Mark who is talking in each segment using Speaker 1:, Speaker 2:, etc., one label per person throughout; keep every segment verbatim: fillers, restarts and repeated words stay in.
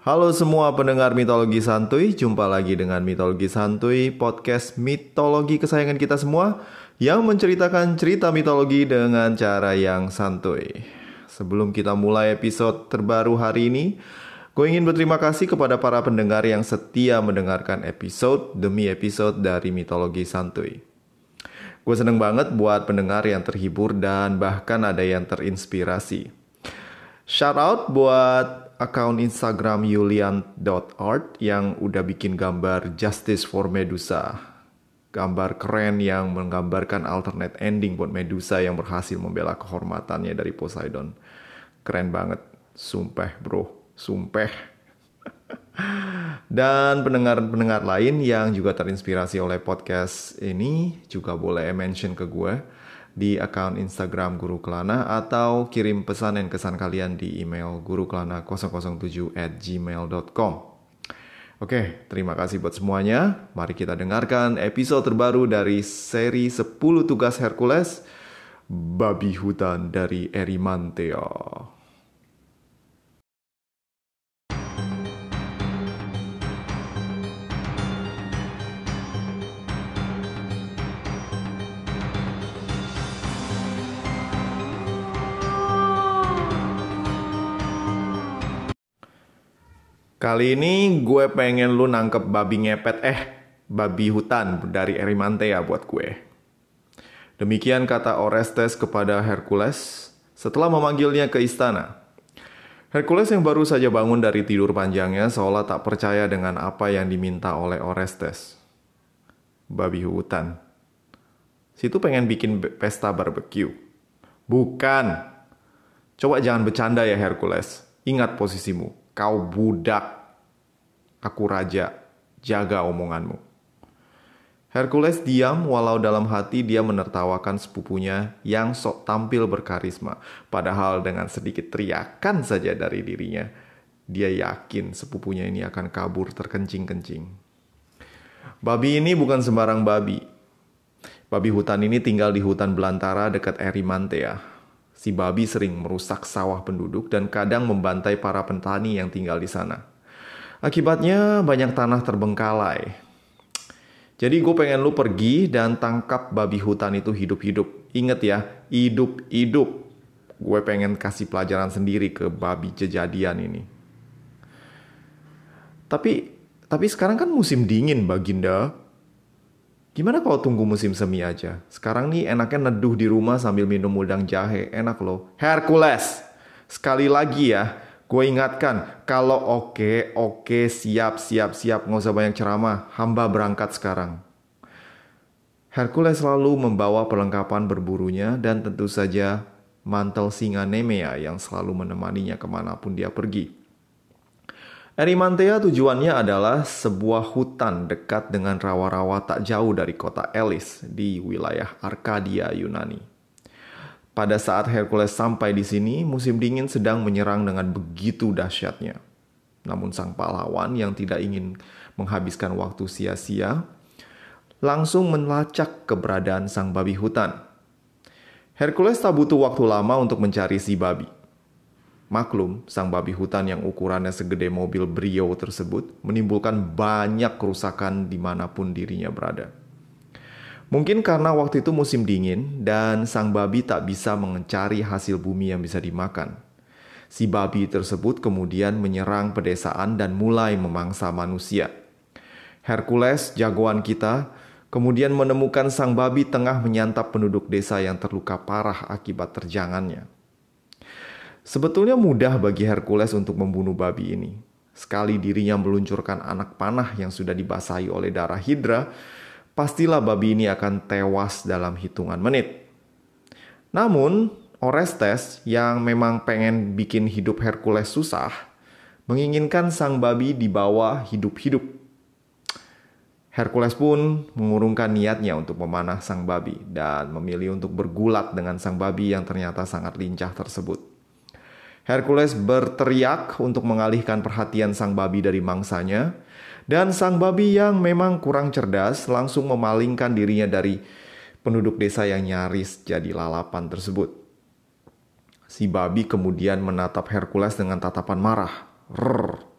Speaker 1: Halo semua pendengar Mitologi Santuy, jumpa lagi dengan Mitologi Santuy, podcast mitologi kesayangan kita semua yang menceritakan cerita mitologi dengan cara yang santuy. Sebelum kita mulai episode terbaru hari ini, gue ingin berterima kasih kepada para pendengar yang setia mendengarkan episode demi episode dari Mitologi Santuy. Gue seneng banget buat pendengar yang terhibur dan bahkan ada yang terinspirasi. Shout out buat akun Instagram yulian dot art yang udah bikin gambar Justice for Medusa. Gambar keren yang menggambarkan alternate ending buat Medusa yang berhasil membela kehormatannya dari Poseidon. Keren banget, sumpah bro, sumpah. Dan pendengar-pendengar lain yang juga terinspirasi oleh podcast ini juga boleh mention ke gue di akun Instagram Guru Kelana atau kirim pesan dan kesan kalian di email gurukelana nol nol tujuh at gmail dot com. Oke, terima kasih buat semuanya. Mari kita dengarkan episode terbaru dari seri sepuluh Tugas Hercules, Babi Hutan dari Erymanthea. Kali ini gue pengen lu nangkep babi ngepet eh babi hutan dari Erymanthea buat gue. Demikian kata Orestes kepada Hercules setelah memanggilnya ke istana. Hercules yang baru saja bangun dari tidur panjangnya seolah tak percaya dengan apa yang diminta oleh Orestes. Babi hutan. Situ pengen bikin pesta barbeque. Bukan. Coba jangan bercanda ya Hercules. Ingat posisimu. Kau budak, aku raja, jaga omonganmu. Hercules diam walau dalam hati dia menertawakan sepupunya yang sok tampil berkarisma. Padahal dengan sedikit teriakan saja dari dirinya, dia yakin sepupunya ini akan kabur terkencing-kencing. Babi ini bukan sembarang babi. Babi hutan ini tinggal di hutan belantara dekat Erymanthea. Si babi sering merusak sawah penduduk dan kadang membantai para petani yang tinggal di sana. Akibatnya banyak tanah terbengkalai. Jadi gue pengen lu pergi dan tangkap babi hutan itu hidup-hidup. Ingat ya, hidup-hidup. Gue pengen kasih pelajaran sendiri ke babi jejadian ini. Tapi, tapi sekarang kan musim dingin, Baginda. Gimana kalau tunggu musim semi aja? Sekarang nih enaknya neduh di rumah sambil minum udang jahe. Enak loh. Hercules! Sekali lagi ya, gue ingatkan. Kalau oke, oke, siap, siap, siap. Nggak usah banyak ceramah. Hamba berangkat sekarang. Hercules selalu membawa perlengkapan berburunya dan tentu saja mantel singa Nemea yang selalu menemaninya kemanapun dia pergi. Erymanthea tujuannya adalah sebuah hutan dekat dengan rawa-rawa tak jauh dari kota Elis di wilayah Arkadia, Yunani. Pada saat Hercules sampai di sini, musim dingin sedang menyerang dengan begitu dahsyatnya. Namun sang pahlawan yang tidak ingin menghabiskan waktu sia-sia, langsung melacak keberadaan sang babi hutan. Hercules tak butuh waktu lama untuk mencari si babi. Maklum, sang babi hutan yang ukurannya segede mobil Brio tersebut menimbulkan banyak kerusakan dimanapun dirinya berada. Mungkin karena waktu itu musim dingin dan sang babi tak bisa mencari hasil bumi yang bisa dimakan. Si babi tersebut kemudian menyerang pedesaan dan mulai memangsa manusia. Hercules, jagoan kita, kemudian menemukan sang babi tengah menyantap penduduk desa yang terluka parah akibat terjangannya. Sebetulnya mudah bagi Hercules untuk membunuh babi ini. Sekali dirinya meluncurkan anak panah yang sudah dibasahi oleh darah Hydra, pastilah babi ini akan tewas dalam hitungan menit. Namun, Orestes yang memang pengen bikin hidup Hercules susah, menginginkan sang babi dibawa hidup-hidup. Hercules pun mengurungkan niatnya untuk memanah sang babi dan memilih untuk bergulat dengan sang babi yang ternyata sangat lincah tersebut. Hercules berteriak untuk mengalihkan perhatian sang babi dari mangsanya, dan sang babi yang memang kurang cerdas langsung memalingkan dirinya dari penduduk desa yang nyaris jadi lalapan tersebut. Si babi kemudian menatap Hercules dengan tatapan marah. Rrr.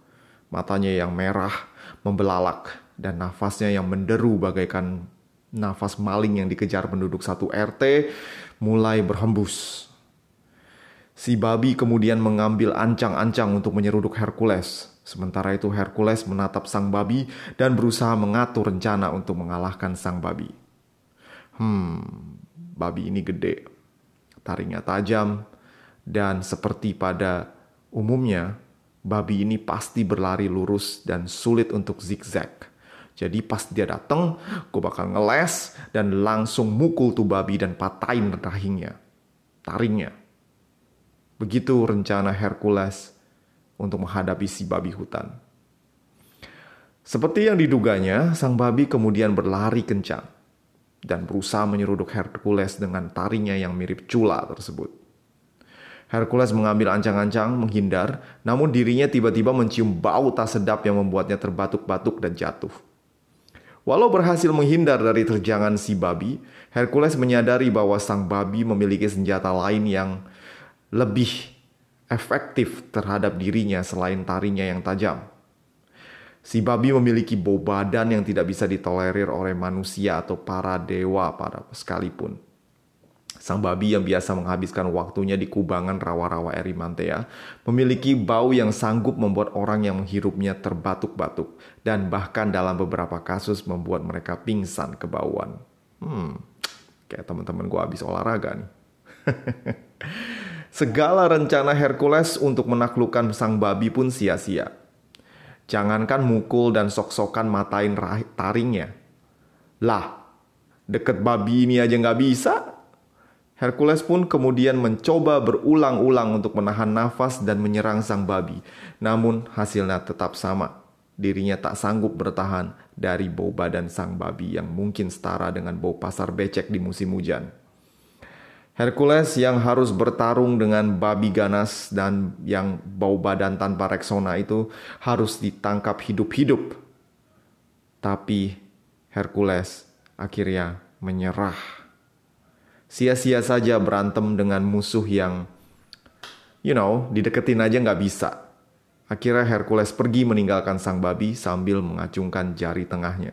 Speaker 1: Matanya yang merah, membelalak, dan nafasnya yang menderu bagaikan nafas maling yang dikejar penduduk satu R T mulai berhembus. Si babi kemudian mengambil ancang-ancang untuk menyeruduk Hercules. Sementara itu Hercules menatap sang babi dan berusaha mengatur rencana untuk mengalahkan sang babi. Hmm, babi ini gede, taringnya tajam, dan seperti pada umumnya, babi ini pasti berlari lurus dan sulit untuk zigzag. Jadi pas dia datang, gue bakal ngeles dan langsung mukul tuh babi dan patahin rahingnya, taringnya. Begitu rencana Hercules untuk menghadapi si babi hutan. Seperti yang diduganya, sang babi kemudian berlari kencang dan berusaha menyeruduk Hercules dengan taringnya yang mirip cula tersebut. Hercules mengambil ancang-ancang menghindar, namun dirinya tiba-tiba mencium bau tak sedap yang membuatnya terbatuk-batuk dan jatuh. Walau berhasil menghindar dari terjangan si babi, Hercules menyadari bahwa sang babi memiliki senjata lain yang lebih efektif terhadap dirinya selain taringnya yang tajam. Si babi memiliki bau badan yang tidak bisa ditolerir oleh manusia atau para dewa pada sekalipun. Sang babi yang biasa menghabiskan waktunya di kubangan rawa-rawa Erymanthea memiliki bau yang sanggup membuat orang yang menghirupnya terbatuk-batuk dan bahkan dalam beberapa kasus membuat mereka pingsan kebauan. Hmm, kayak teman-teman gue habis olahraga nih. Segala rencana Hercules untuk menaklukkan sang babi pun sia-sia. Jangankan mukul dan sok-sokan matain taringnya. Lah, deket babi ini aja nggak bisa. Hercules pun kemudian mencoba berulang-ulang untuk menahan nafas dan menyerang sang babi. Namun hasilnya tetap sama. Dirinya tak sanggup bertahan dari bau badan sang babi yang mungkin setara dengan bau pasar becek di musim hujan. Hercules yang harus bertarung dengan babi ganas dan yang bau badan tanpa reksona itu harus ditangkap hidup-hidup. Tapi Hercules akhirnya menyerah. Sia-sia saja berantem dengan musuh yang, you know, dideketin aja nggak bisa. Akhirnya Hercules pergi meninggalkan sang babi sambil mengacungkan jari tengahnya.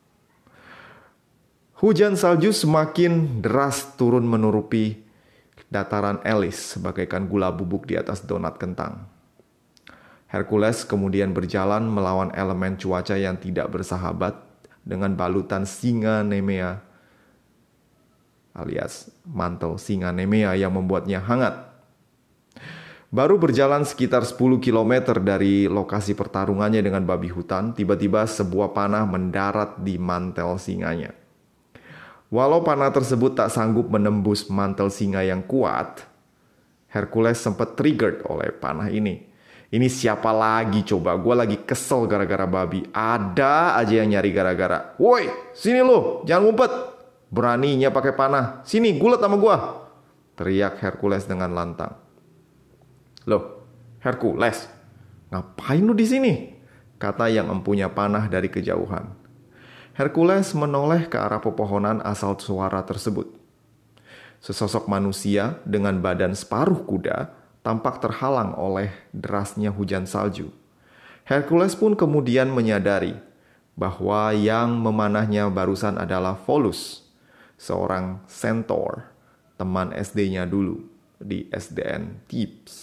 Speaker 1: Hujan salju semakin deras turun menurupi dataran Elis bagaikan gula bubuk di atas donat kentang. Hercules kemudian berjalan melawan elemen cuaca yang tidak bersahabat dengan balutan singa Nemea alias mantel singa Nemea yang membuatnya hangat. Baru berjalan sekitar sepuluh kilometer dari lokasi pertarungannya dengan babi hutan, tiba-tiba sebuah panah mendarat di mantel singanya. Walau panah tersebut tak sanggup menembus mantel singa yang kuat, Hercules sempat triggered oleh panah ini. Ini siapa lagi coba? Gue lagi kesel gara-gara babi. Ada aja yang nyari gara-gara. Woi, sini lo, jangan ngumpet. Beraninya pakai panah. Sini, gulet sama gue. Teriak Hercules dengan lantang. Loh, Hercules, ngapain lu di sini? Kata yang empunya panah dari kejauhan. Hercules menoleh ke arah pepohonan asal suara tersebut. Sesosok manusia dengan badan separuh kuda tampak terhalang oleh derasnya hujan salju. Hercules pun kemudian menyadari bahwa yang memanahnya barusan adalah Pholus, seorang centaur, teman S D-nya dulu di S D N Thebes.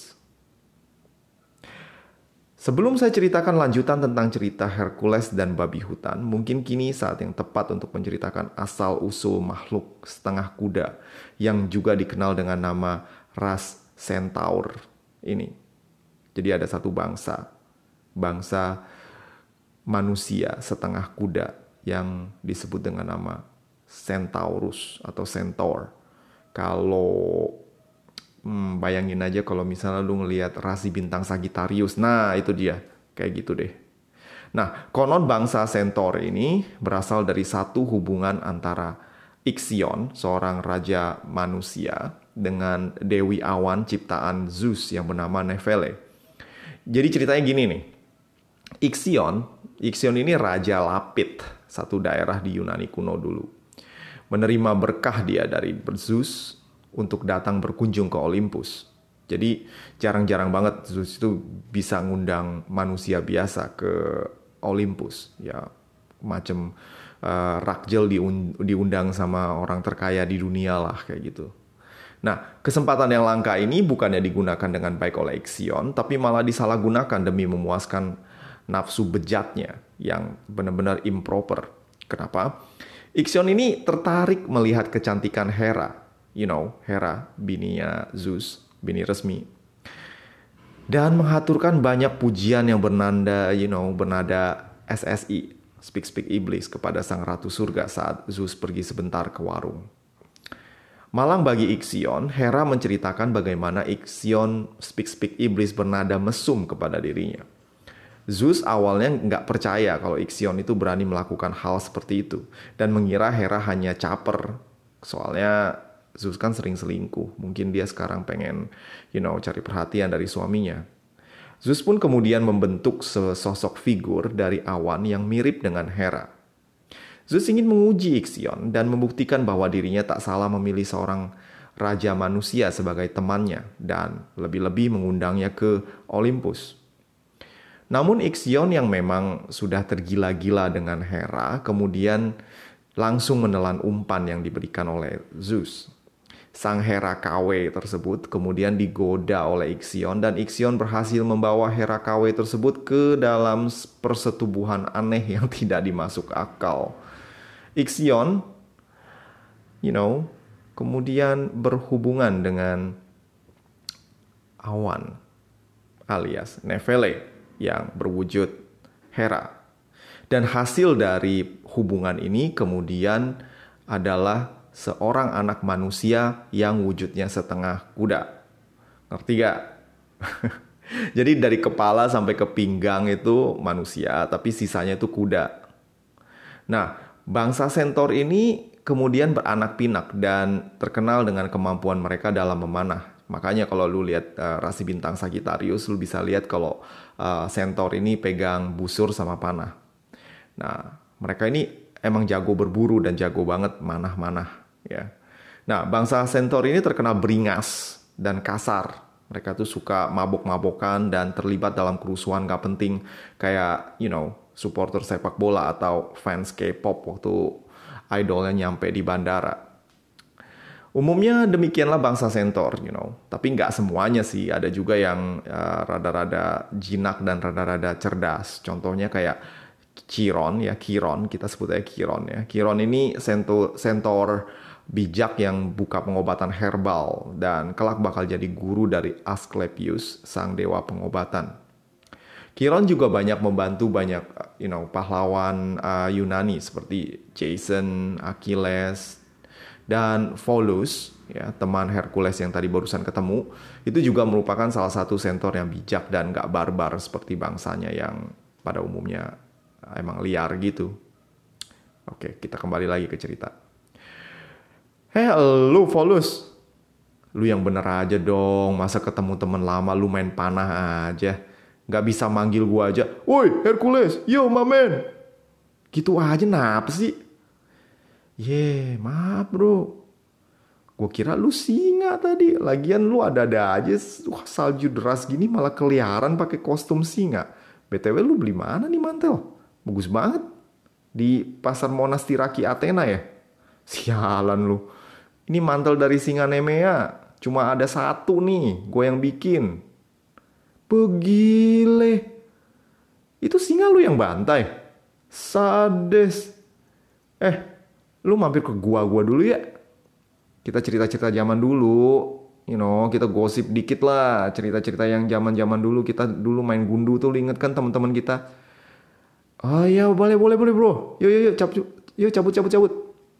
Speaker 1: Sebelum saya ceritakan lanjutan tentang cerita Hercules dan babi hutan, mungkin kini saat yang tepat untuk menceritakan asal-usul makhluk setengah kuda yang juga dikenal dengan nama ras Centaur ini. Jadi ada satu bangsa, bangsa manusia setengah kuda yang disebut dengan nama Centaurus atau Centaur. Kalau Hmm, bayangin aja kalau misalnya lu ngelihat rasi bintang Sagittarius. Nah, itu dia. Kayak gitu deh. Nah, konon bangsa Centaur ini berasal dari satu hubungan antara Ixion, seorang raja manusia, dengan Dewi Awan ciptaan Zeus yang bernama Nephele. Jadi ceritanya gini nih. Ixion, Ixion ini raja Lapit, satu daerah di Yunani kuno dulu. Menerima berkah dia dari Zeus untuk datang berkunjung ke Olympus. Jadi jarang-jarang banget Zeus itu bisa ngundang manusia biasa ke Olympus. Ya macam uh, Rakjel diun- diundang sama orang terkaya di dunia lah kayak gitu. Nah, kesempatan yang langka ini bukannya digunakan dengan baik oleh Ixion, tapi malah disalahgunakan demi memuaskan nafsu bejatnya yang benar-benar improper. Kenapa? Ixion ini tertarik melihat kecantikan Hera. You know, Hera, bininya Zeus, bini resmi. Dan mengaturkan banyak pujian yang bernada, you know, bernada S S I, Speak Speak Iblis, kepada sang ratu surga saat Zeus pergi sebentar ke warung. Malang bagi Ixion, Hera menceritakan bagaimana Ixion Speak Speak Iblis bernada mesum kepada dirinya. Zeus awalnya nggak percaya kalau Ixion itu berani melakukan hal seperti itu dan mengira Hera hanya caper. Soalnya Zeus kan sering selingkuh. Mungkin dia sekarang pengen, you know, cari perhatian dari suaminya. Zeus pun kemudian membentuk sesosok figur dari awan yang mirip dengan Hera. Zeus ingin menguji Ixion dan membuktikan bahwa dirinya tak salah memilih seorang raja manusia sebagai temannya dan lebih-lebih mengundangnya ke Olympus. Namun Ixion yang memang sudah tergila-gila dengan Hera kemudian langsung menelan umpan yang diberikan oleh Zeus. Sang Hera K W tersebut kemudian digoda oleh Ixion dan Ixion berhasil membawa Hera K W tersebut ke dalam persetubuhan aneh yang tidak dimasuk akal. Ixion, you know, kemudian berhubungan dengan awan alias Nephele yang berwujud Hera. Dan hasil dari hubungan ini kemudian adalah seorang anak manusia yang wujudnya setengah kuda. Ngerti gak? Jadi dari kepala sampai ke pinggang itu manusia, tapi sisanya itu kuda. Nah, bangsa Centaur ini kemudian beranak pinak dan terkenal dengan kemampuan mereka dalam memanah. Makanya kalau lu lihat uh, rasi bintang Sagittarius, lu bisa lihat kalau uh, Centaur ini pegang busur sama panah. Nah, mereka ini emang jago berburu dan jago banget manah-manah. Ya. Nah, bangsa Centaur ini terkenal beringas dan kasar. Mereka tuh suka mabok-mabokan dan terlibat dalam kerusuhan gak penting kayak, you know, supporter sepak bola atau fans K-pop waktu idolnya nyampe di bandara. Umumnya demikianlah bangsa Centaur, you know. Tapi nggak semuanya sih. Ada juga yang uh, rada-rada jinak dan rada-rada cerdas. Contohnya kayak Chiron ya, Chiron. Kita sebut aja Chiron ya. Chiron ini Centaur, Centaur bijak yang buka pengobatan herbal dan kelak bakal jadi guru dari Asclepius, sang dewa pengobatan. Chiron juga banyak membantu banyak, you know, pahlawan uh, Yunani seperti Jason, Achilles, dan Pholus, ya, teman Hercules yang tadi barusan ketemu. Itu juga merupakan salah satu Centaur yang bijak dan gak barbar seperti bangsanya yang pada umumnya emang liar gitu. Oke, kita kembali lagi ke cerita. Hei, lu Pholus, lu yang bener aja dong. Masa ketemu temen lama lu main panah aja. Gak bisa manggil gua aja, woi Hercules, yo my man. Gitu aja napa sih? Ye, maaf bro. Gua kira lu singa tadi. Lagian lu ada-ada aja. Wah, salju deras gini malah keliaran pakai kostum singa. B T W lu beli mana nih mantel? Bagus banget. Di pasar Monas Tiraki Athena ya? Sialan lu. Ini mantel dari singa Nemea. Cuma ada satu nih, gue yang bikin. Begile. Itu singa lu yang bantai? Sades. Eh, lu mampir ke gua-gua dulu ya. Kita cerita-cerita zaman dulu. You know, kita gosip dikit lah. Cerita-cerita yang zaman-zaman dulu. Kita dulu main gundu tuh, lu inget kan teman-teman kita? Oh iya, boleh, boleh, boleh bro. Yuk, yuk, yuk, cabut, yuk, cabut, cabut, cabut.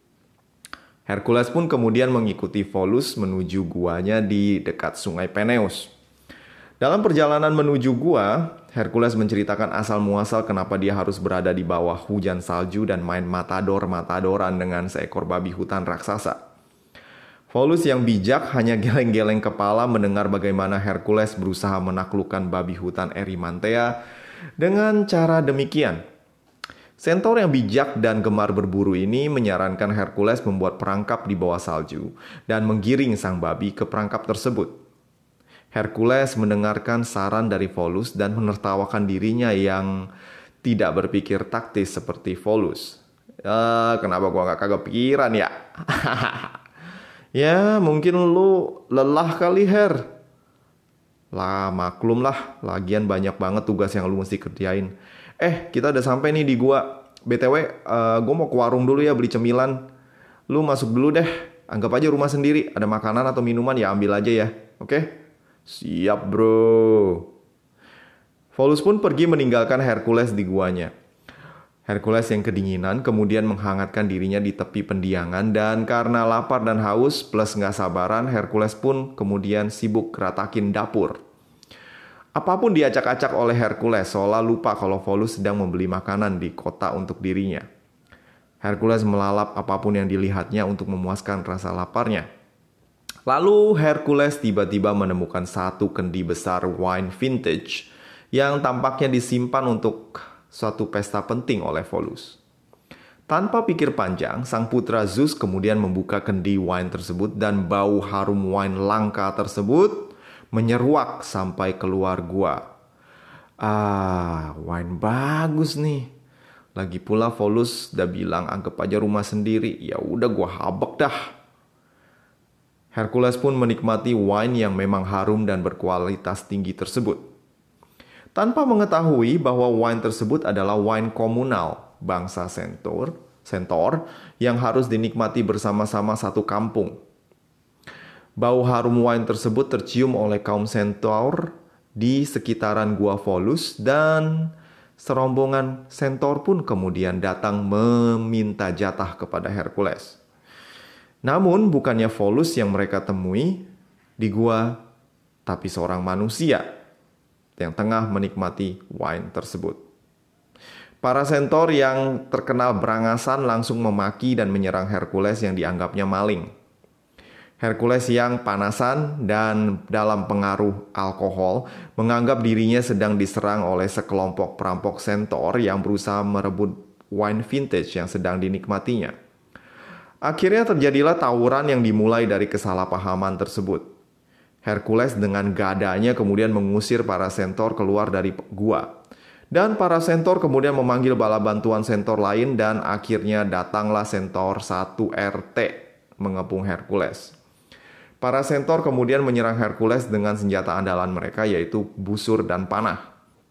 Speaker 1: Hercules pun kemudian mengikuti Pholus menuju guanya di dekat sungai Peneus. Dalam perjalanan menuju gua, Hercules menceritakan asal-muasal kenapa dia harus berada di bawah hujan salju dan main matador-matadoran dengan seekor babi hutan raksasa. Pholus yang bijak hanya geleng-geleng kepala mendengar bagaimana Hercules berusaha menaklukkan babi hutan Erymanthea dengan cara demikian. Centaur yang bijak dan gemar berburu ini menyarankan Hercules membuat perangkap di bawah salju dan menggiring sang babi ke perangkap tersebut. Hercules mendengarkan saran dari Volus dan menertawakan dirinya yang tidak berpikir taktis seperti Volus. Eh, kenapa gua gak kagak pikiran ya? Ya, mungkin lu lelah kali, Her. Lah, maklum lah. Lagian banyak banget tugas yang lu mesti kerjain. Eh, kita udah sampai nih di gua. B T W, uh, gue mau ke warung dulu ya beli cemilan. Lu masuk dulu deh. Anggap aja rumah sendiri. Ada makanan atau minuman ya ambil aja ya. Oke? Siap, bro. Volus pun pergi meninggalkan Hercules di guanya. Hercules yang kedinginan kemudian menghangatkan dirinya di tepi pendiangan, dan karena lapar dan haus plus nggak sabaran, Hercules pun kemudian sibuk keratakin dapur. Apapun diacak-acak oleh Hercules, seolah lupa kalau Volus sedang membeli makanan di kota untuk dirinya. Hercules melalap apapun yang dilihatnya untuk memuaskan rasa laparnya. Lalu Hercules tiba-tiba menemukan satu kendi besar wine vintage yang tampaknya disimpan untuk suatu pesta penting oleh Volus. Tanpa pikir panjang, sang putra Zeus kemudian membuka kendi wine tersebut dan bau harum wine langka tersebut menyeruak sampai keluar gua. Ah, wine bagus nih. Lagi pula Volus udah bilang anggap aja rumah sendiri. Ya udah gua habek dah. Hercules pun menikmati wine yang memang harum dan berkualitas tinggi tersebut. Tanpa mengetahui bahwa wine tersebut adalah wine komunal bangsa Centaur, Centaur yang harus dinikmati bersama-sama satu kampung. Bau harum wine tersebut tercium oleh kaum Centaur di sekitaran gua Volus, dan serombongan Centaur pun kemudian datang meminta jatah kepada Hercules. Namun bukannya Volus yang mereka temui di gua, tapi seorang manusia yang tengah menikmati wine tersebut. Para Centaur yang terkenal berangasan langsung memaki dan menyerang Hercules yang dianggapnya maling. Hercules yang panasan dan dalam pengaruh alkohol menganggap dirinya sedang diserang oleh sekelompok perampok Centaur yang berusaha merebut wine vintage yang sedang dinikmatinya. Akhirnya terjadilah tawuran yang dimulai dari kesalahpahaman tersebut. Hercules dengan gadanya kemudian mengusir para Centaur keluar dari gua. Dan para Centaur kemudian memanggil bala bantuan Centaur lain, dan akhirnya datanglah Centaur satu R T mengepung Hercules. Para Centaur kemudian menyerang Hercules dengan senjata andalan mereka, yaitu busur dan panah.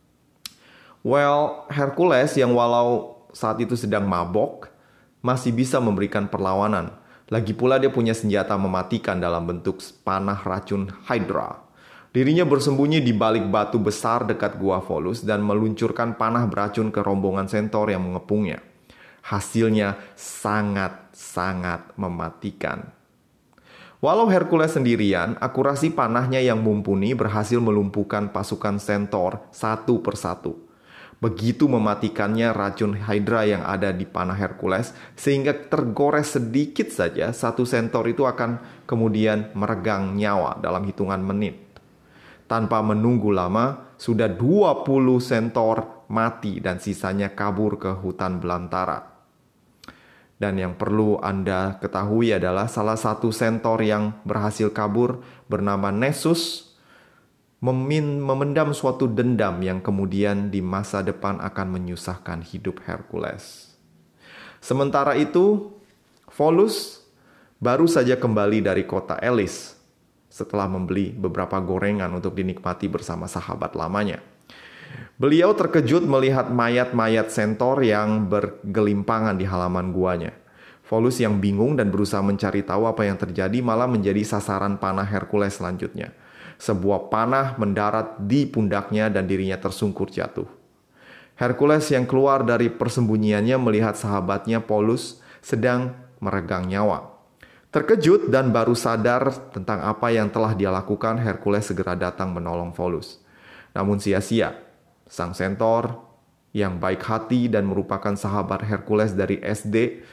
Speaker 1: Well, Hercules yang walau saat itu sedang mabok, masih bisa memberikan perlawanan. Lagi pula dia punya senjata mematikan dalam bentuk panah racun Hydra. Dirinya bersembunyi di balik batu besar dekat gua Volus dan meluncurkan panah beracun ke rombongan Centaur yang mengepungnya. Hasilnya sangat-sangat mematikan. Walau Hercules sendirian, akurasi panahnya yang mumpuni berhasil melumpuhkan pasukan Centaur satu persatu. Begitu mematikannya racun Hydra yang ada di panah Hercules, sehingga tergores sedikit saja, satu Centaur itu akan kemudian meregang nyawa dalam hitungan menit. Tanpa menunggu lama, sudah dua puluh Centaur mati dan sisanya kabur ke hutan belantara. Dan yang perlu Anda ketahui adalah salah satu Centaur yang berhasil kabur bernama Nessus memin, memendam suatu dendam yang kemudian di masa depan akan menyusahkan hidup Hercules. Sementara itu, Volus baru saja kembali dari kota Elis setelah membeli beberapa gorengan untuk dinikmati bersama sahabat lamanya. Beliau terkejut melihat mayat-mayat Centaur yang bergelimpangan di halaman guanya. Volus yang bingung dan berusaha mencari tahu apa yang terjadi malah menjadi sasaran panah Hercules selanjutnya. Sebuah panah mendarat di pundaknya dan dirinya tersungkur jatuh. Hercules yang keluar dari persembunyiannya melihat sahabatnya Volus sedang meregang nyawa. Terkejut dan baru sadar tentang apa yang telah dia lakukan, Hercules segera datang menolong Volus. Namun sia-sia. Sang Centaur yang baik hati dan merupakan sahabat Hercules dari S D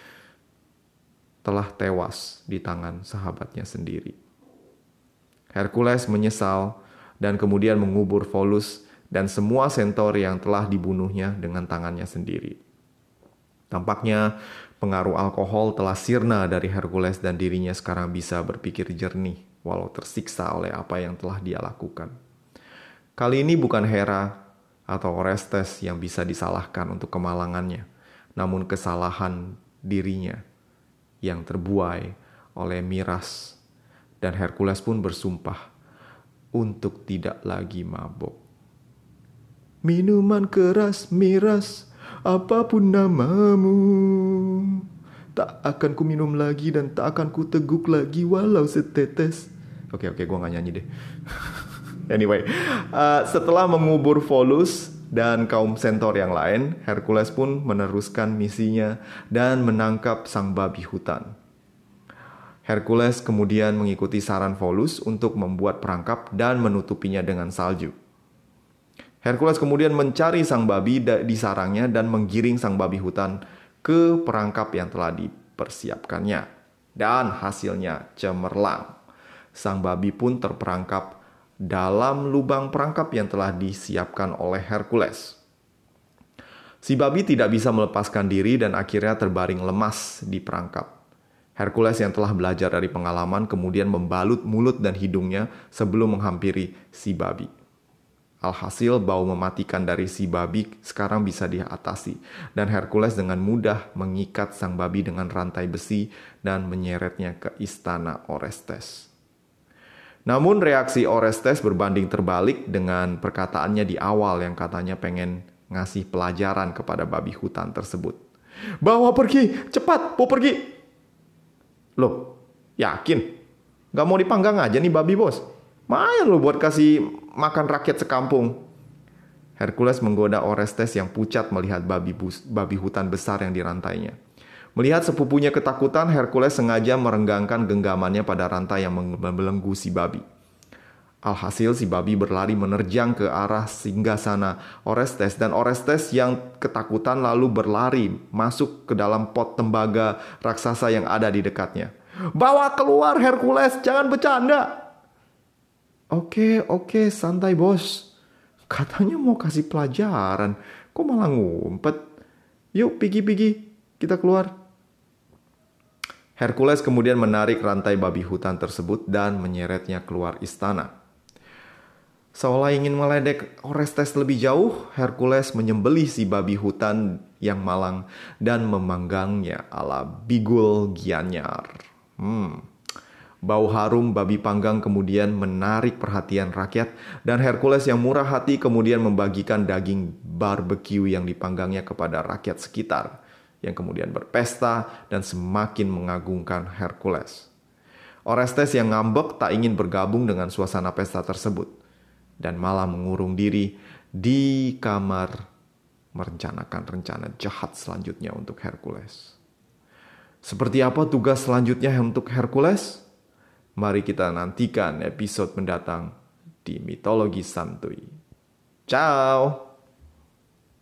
Speaker 1: telah tewas di tangan sahabatnya sendiri. Hercules menyesal dan kemudian mengubur Volus dan semua Centaur yang telah dibunuhnya dengan tangannya sendiri. Tampaknya pengaruh alkohol telah sirna dari Hercules dan dirinya sekarang bisa berpikir jernih. walau tersiksa oleh apa yang telah dia lakukan. Kali ini bukan Hera atau Orestes yang bisa disalahkan untuk kemalangannya, namun kesalahan dirinya yang terbuai oleh miras. Dan Hercules pun bersumpah untuk tidak lagi mabuk. Minuman keras, miras, apapun namamu, tak akan ku minum lagi dan tak akan ku teguk lagi walau setetes. Oke oke, gue gak nyanyi deh. Anyway, uh, setelah mengubur Volus dan kaum Centaur yang lain, Hercules pun meneruskan misinya dan menangkap sang babi hutan. Hercules kemudian mengikuti saran Volus untuk membuat perangkap dan menutupinya dengan salju. Hercules kemudian mencari sang babi di sarangnya dan menggiring sang babi hutan ke perangkap yang telah dipersiapkannya. Dan hasilnya cemerlang. Sang babi pun terperangkap dalam lubang perangkap yang telah disiapkan oleh Hercules. Si babi tidak bisa melepaskan diri dan akhirnya terbaring lemas di perangkap. Hercules yang telah belajar dari pengalaman kemudian membalut mulut dan hidungnya sebelum menghampiri si babi. Alhasil bau mematikan dari si babi sekarang bisa diatasi, dan Hercules dengan mudah mengikat sang babi dengan rantai besi dan menyeretnya ke istana Orestes. Namun reaksi Orestes berbanding terbalik dengan perkataannya di awal yang katanya pengen ngasih pelajaran kepada babi hutan tersebut. Bawa pergi, cepat, mau pergi. Loh, yakin? Gak mau dipanggang aja nih babi bos? Mayan lo buat kasih makan rakyat sekampung. Hercules menggoda Orestes yang pucat melihat babi, bus, babi hutan besar yang dirantainya. Melihat sepupunya ketakutan, Hercules sengaja merenggangkan genggamannya pada rantai yang membelenggu si babi. Alhasil si babi berlari menerjang ke arah singgasana Orestes, dan Orestes yang ketakutan lalu berlari masuk ke dalam pot tembaga raksasa yang ada di dekatnya. Bawa keluar Hercules, jangan bercanda. Oke, oke, santai bos. Katanya mau kasih pelajaran, kok malah ngumpet. Yuk, pigi-pigi, kita keluar. Hercules kemudian menarik rantai babi hutan tersebut dan menyeretnya keluar istana. Seolah ingin meledek Orestes lebih jauh, Hercules menyembelih si babi hutan yang malang dan memanggangnya ala Bigul Gianyar. Hmm. Bau harum babi panggang kemudian menarik perhatian rakyat, dan Hercules yang murah hati kemudian membagikan daging barbecue yang dipanggangnya kepada rakyat sekitar, yang kemudian berpesta dan semakin mengagungkan Hercules. Orestes yang ngambek tak ingin bergabung dengan suasana pesta tersebut, dan malah mengurung diri di kamar merencanakan rencana jahat selanjutnya untuk Hercules. Seperti apa tugas selanjutnya untuk Hercules? Mari kita nantikan episode mendatang di Mitologi Santuy. Ciao!